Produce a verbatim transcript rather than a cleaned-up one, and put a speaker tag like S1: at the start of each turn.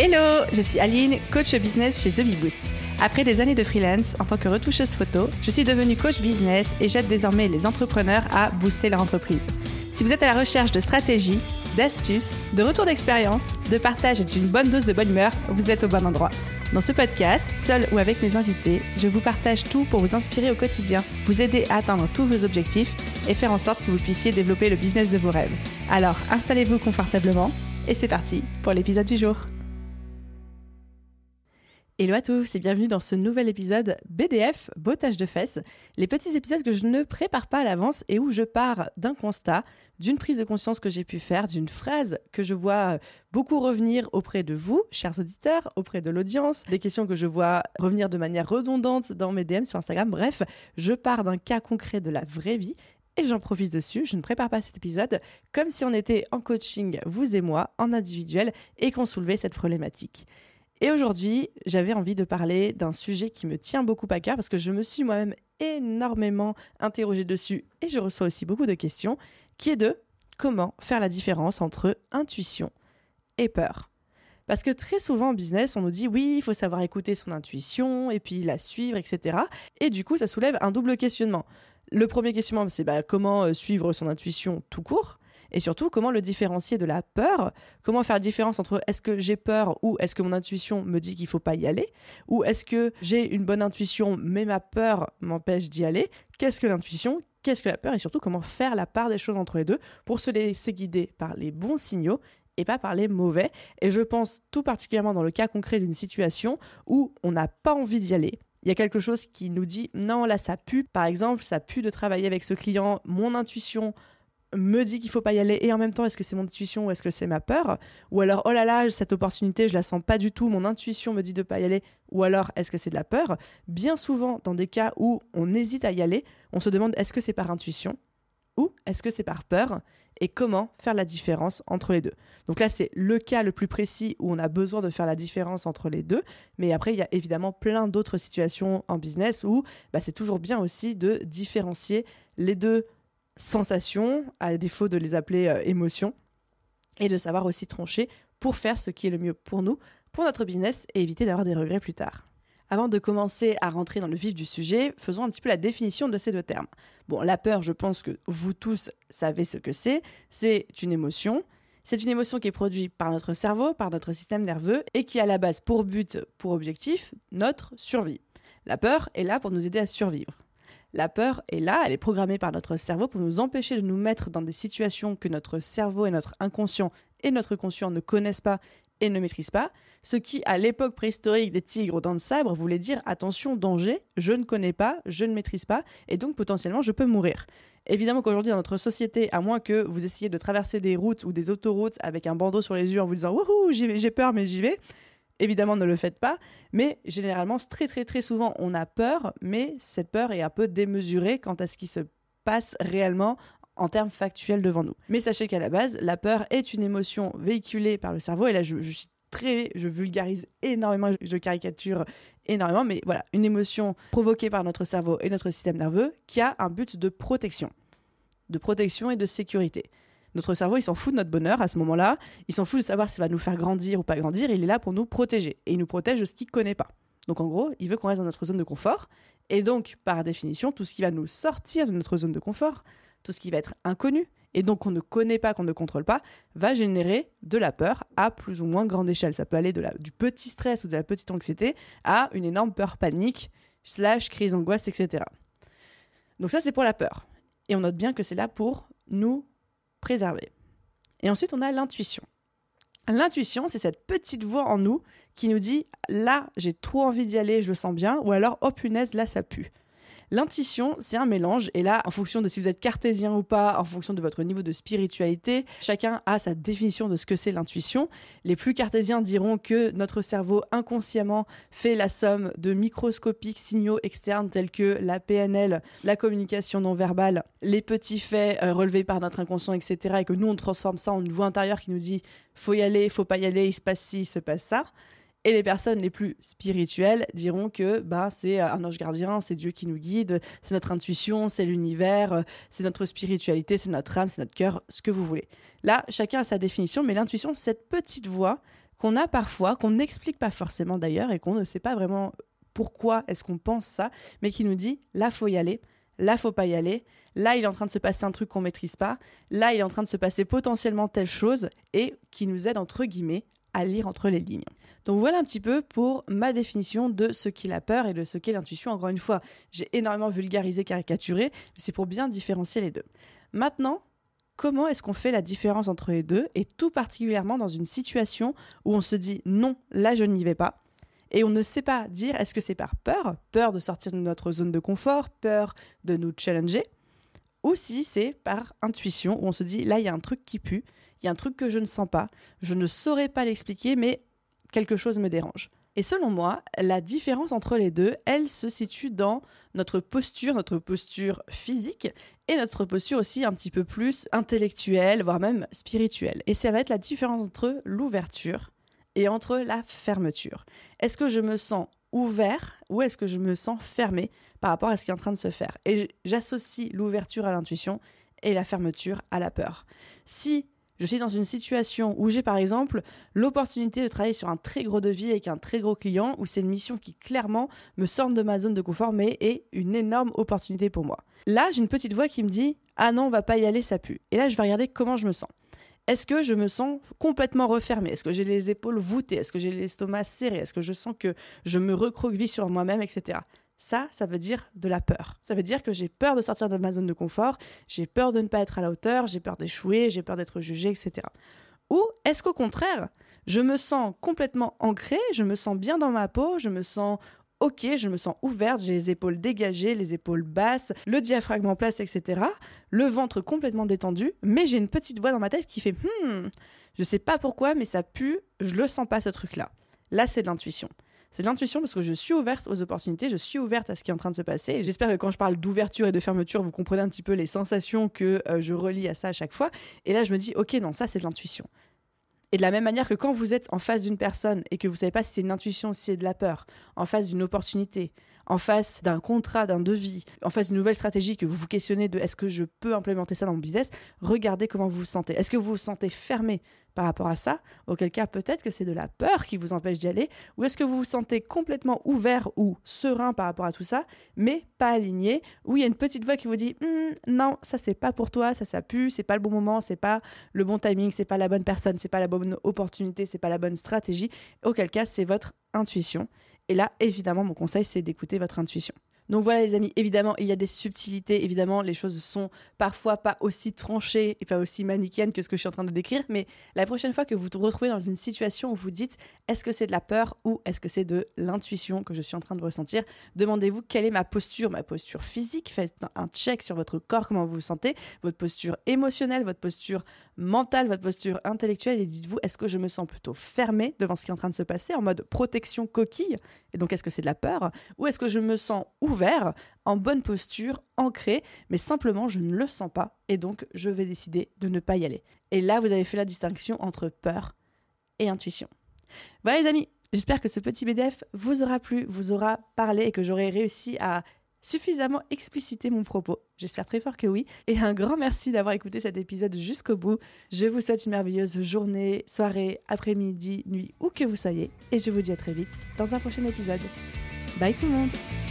S1: Hello, je suis Aline, coach business chez The Bee Boost. Après des années de freelance en tant que retoucheuse photo, je suis devenue coach business et j'aide désormais les entrepreneurs à booster leur entreprise. Si vous êtes à la recherche de stratégies, d'astuces, de retours d'expérience, de partage et d'une bonne dose de bonne humeur, vous êtes au bon endroit. Dans ce podcast, seul ou avec mes invités, je vous partage tout pour vous inspirer au quotidien, vous aider à atteindre tous vos objectifs et faire en sorte que vous puissiez développer le business de vos rêves. Alors, installez-vous confortablement et c'est parti pour l'épisode du jour. Hello à tous et bienvenue dans ce nouvel épisode B D F, bottage de fesses, les petits épisodes que je ne prépare pas à l'avance et où je pars d'un constat, d'une prise de conscience que j'ai pu faire, d'une phrase que je vois beaucoup revenir auprès de vous, chers auditeurs, auprès de l'audience, des questions que je vois revenir de manière redondante dans mes D M sur Instagram. Bref, je pars d'un cas concret de la vraie vie et j'en profite dessus. Je ne prépare pas cet épisode comme si on était en coaching, vous et moi, en individuel et qu'on soulevait cette problématique. Et aujourd'hui, j'avais envie de parler d'un sujet qui me tient beaucoup à cœur parce que je me suis moi-même énormément interrogée dessus et je reçois aussi beaucoup de questions, qui est de comment faire la différence entre intuition et peur. Parce que très souvent en business, on nous dit oui, il faut savoir écouter son intuition et puis la suivre, et cetera. Et du coup, ça soulève un double questionnement. Le premier questionnement, c'est bah, comment suivre son intuition tout court ? Et surtout, comment le différencier de la peur ? Comment faire la différence entre est-ce que j'ai peur ou est-ce que mon intuition me dit qu'il ne faut pas y aller ? Ou est-ce que j'ai une bonne intuition mais ma peur m'empêche d'y aller ? Qu'est-ce que l'intuition ? Qu'est-ce que la peur ? Et surtout, comment faire la part des choses entre les deux pour se laisser guider par les bons signaux et pas par les mauvais. Et je pense tout particulièrement dans le cas concret d'une situation où on n'a pas envie d'y aller. Il y a quelque chose qui nous dit « non, là, ça pue ». Par exemple, ça pue de travailler avec ce client. Mon intuition me dit qu'il faut pas y aller et en même temps est-ce que c'est mon intuition ou est-ce que c'est ma peur, ou alors oh là là cette opportunité je la sens pas du tout, mon intuition me dit de pas y aller, ou alors est-ce que c'est de la peur. Bien souvent dans des cas où on hésite à y aller, on se demande est-ce que c'est par intuition ou est-ce que c'est par peur et comment faire la différence entre les deux. Donc là c'est le cas le plus précis où on a besoin de faire la différence entre les deux, mais après il y a évidemment plein d'autres situations en business où bah, c'est toujours bien aussi de différencier les deux sensations, à défaut de les appeler euh, émotions, et de savoir aussi trancher pour faire ce qui est le mieux pour nous, pour notre business, et éviter d'avoir des regrets plus tard. Avant de commencer à rentrer dans le vif du sujet, faisons un petit peu la définition de ces deux termes. Bon, la peur, je pense que vous tous savez ce que c'est. C'est une émotion. C'est une émotion qui est produite par notre cerveau, par notre système nerveux, et qui a à la base pour but, pour objectif, notre survie. La peur est là pour nous aider à survivre. La peur est là, elle est programmée par notre cerveau pour nous empêcher de nous mettre dans des situations que notre cerveau et notre inconscient et notre conscient ne connaissent pas et ne maîtrisent pas, ce qui, à l'époque préhistorique des tigres aux dents de sabre, voulait dire « attention, danger, je ne connais pas, je ne maîtrise pas, et donc potentiellement je peux mourir ». Évidemment qu'aujourd'hui, dans notre société, à moins que vous essayiez de traverser des routes ou des autoroutes avec un bandeau sur les yeux en vous disant « wouhou, j'y vais, j'ai peur, mais j'y vais », évidemment, ne le faites pas, mais généralement, très très très souvent, on a peur, mais cette peur est un peu démesurée quant à ce qui se passe réellement en termes factuels devant nous. Mais sachez qu'à la base, la peur est une émotion véhiculée par le cerveau, et là, je, je suis très, je vulgarise énormément, je caricature énormément, mais voilà, une émotion provoquée par notre cerveau et notre système nerveux qui a un but de protection, de protection et de sécurité. Notre cerveau, il s'en fout de notre bonheur à ce moment-là. Il s'en fout de savoir si ça va nous faire grandir ou pas grandir. Il est là pour nous protéger. Et il nous protège de ce qu'il ne connaît pas. Donc en gros, il veut qu'on reste dans notre zone de confort. Et donc, par définition, tout ce qui va nous sortir de notre zone de confort, tout ce qui va être inconnu, et donc qu'on ne connaît pas, qu'on ne contrôle pas, va générer de la peur à plus ou moins grande échelle. Ça peut aller de la, du petit stress ou de la petite anxiété à une énorme peur panique, slash crise angoisse, et cetera. Donc ça, c'est pour la peur. Et on note bien que c'est là pour nous préserver. Et ensuite, on a l'intuition. L'intuition, c'est cette petite voix en nous qui nous dit « là, j'ai trop envie d'y aller, je le sens bien » ou alors « oh punaise, là, ça pue ». L'intuition, c'est un mélange, et là, en fonction de si vous êtes cartésien ou pas, en fonction de votre niveau de spiritualité, chacun a sa définition de ce que c'est l'intuition. Les plus cartésiens diront que notre cerveau inconsciemment fait la somme de microscopiques signaux externes tels que la P N L, la communication non verbale, les petits faits euh, relevés par notre inconscient, et cetera, et que nous, on transforme ça en une voix intérieure qui nous dit « faut y aller, faut pas y aller, il se passe ci, il se passe ça ». Et les personnes les plus spirituelles diront que bah, c'est un ange gardien, c'est Dieu qui nous guide, c'est notre intuition, c'est l'univers, c'est notre spiritualité, c'est notre âme, c'est notre cœur, ce que vous voulez. Là, chacun a sa définition, mais l'intuition, c'est cette petite voix qu'on a parfois, qu'on n'explique pas forcément d'ailleurs et qu'on ne sait pas vraiment pourquoi est-ce qu'on pense ça, mais qui nous dit là faut y aller, là faut pas y aller, là il est en train de se passer un truc qu'on maîtrise pas, là il est en train de se passer potentiellement telle chose et qui nous aide entre guillemets à lire entre les lignes. Donc voilà un petit peu pour ma définition de ce qu'est la peur et de ce qu'est l'intuition. Encore une fois, j'ai énormément vulgarisé, caricaturé, mais c'est pour bien différencier les deux. Maintenant, comment est-ce qu'on fait la différence entre les deux, et tout particulièrement dans une situation où on se dit non, là je n'y vais pas, et on ne sait pas dire est-ce que c'est par peur, peur de sortir de notre zone de confort, peur de nous challenger, ou si c'est par intuition où on se dit là il y a un truc qui pue, il y a un truc que je ne sens pas, je ne saurais pas l'expliquer mais quelque chose me dérange. Et selon moi, la différence entre les deux, elle se situe dans notre posture, notre posture physique et notre posture aussi un petit peu plus intellectuelle, voire même spirituelle. Et ça va être la différence entre l'ouverture et entre la fermeture. Est-ce que je me sens ouvert ou est-ce que je me sens fermé par rapport à ce qui est en train de se faire? Et j'associe l'ouverture à l'intuition et la fermeture à la peur. Si je suis dans une situation où j'ai par exemple l'opportunité de travailler sur un très gros devis avec un très gros client, où c'est une mission qui clairement me sort de ma zone de confort mais est une énorme opportunité pour moi. Là, j'ai une petite voix qui me dit « Ah non, on va pas y aller, ça pue ». Et là, je vais regarder comment je me sens. Est-ce que je me sens complètement refermée? Est-ce que j'ai les épaules voûtées? Est-ce que j'ai l'estomac serré? Est-ce que je sens que je me recroqueville sur moi-même, et cetera. Ça, ça veut dire de la peur. Ça veut dire que j'ai peur de sortir de ma zone de confort, j'ai peur de ne pas être à la hauteur, j'ai peur d'échouer, j'ai peur d'être jugée, et cetera. Ou est-ce qu'au contraire, je me sens complètement ancrée, je me sens bien dans ma peau, je me sens ok, je me sens ouverte, j'ai les épaules dégagées, les épaules basses, le diaphragme en place, et cetera. Le ventre complètement détendu, mais j'ai une petite voix dans ma tête qui fait « Hmm, je sais pas pourquoi, mais ça pue, je le sens pas ce truc-là ». Là, c'est de l'intuition. C'est de l'intuition parce que je suis ouverte aux opportunités, je suis ouverte à ce qui est en train de se passer. Et j'espère que quand je parle d'ouverture et de fermeture, vous comprenez un petit peu les sensations que euh, je relie à ça à chaque fois. Et là, je me dis, ok, non, ça, c'est de l'intuition. Et de la même manière que quand vous êtes en face d'une personne et que vous ne savez pas si c'est une intuition ou si c'est de la peur, en face d'une opportunité, en face d'un contrat, d'un devis, en face d'une nouvelle stratégie que vous vous questionnez de est-ce que je peux implémenter ça dans mon business, regardez comment vous vous sentez. Est-ce que vous vous sentez fermé par rapport à ça? Auquel cas, peut-être que c'est de la peur qui vous empêche d'y aller. Ou est-ce que vous vous sentez complètement ouvert ou serein par rapport à tout ça, mais pas aligné, où il y a une petite voix qui vous dit hm, « Non, ça, c'est pas pour toi, ça, ça pue, c'est pas le bon moment, c'est pas le bon timing, c'est pas la bonne personne, c'est pas la bonne opportunité, c'est pas la bonne stratégie. » Auquel cas, c'est votre intuition. Et là, évidemment, mon conseil, c'est d'écouter votre intuition. Donc voilà les amis, évidemment, il y a des subtilités, évidemment, les choses sont parfois pas aussi tranchées et pas aussi manichéennes que ce que je suis en train de décrire, mais la prochaine fois que vous vous retrouvez dans une situation où vous dites est-ce que c'est de la peur ou est-ce que c'est de l'intuition que je suis en train de ressentir, demandez-vous quelle est ma posture, ma posture physique, faites un check sur votre corps, comment vous vous sentez, votre posture émotionnelle, votre posture mentale, votre posture intellectuelle, et dites-vous est-ce que je me sens plutôt fermée devant ce qui est en train de se passer, en mode protection coquille, et donc est-ce que c'est de la peur, ou est-ce que je me sens ouvert, en bonne posture, ancré, mais simplement je ne le sens pas et donc je vais décider de ne pas y aller. Et là, vous avez fait la distinction entre peur et intuition. Voilà les amis, j'espère que ce petit B D F vous aura plu, vous aura parlé et que j'aurai réussi à suffisamment expliciter mon propos. J'espère très fort que oui. Et un grand merci d'avoir écouté cet épisode jusqu'au bout. Je vous souhaite une merveilleuse journée, soirée, après-midi, nuit, où que vous soyez. Et je vous dis à très vite dans un prochain épisode. Bye tout le monde!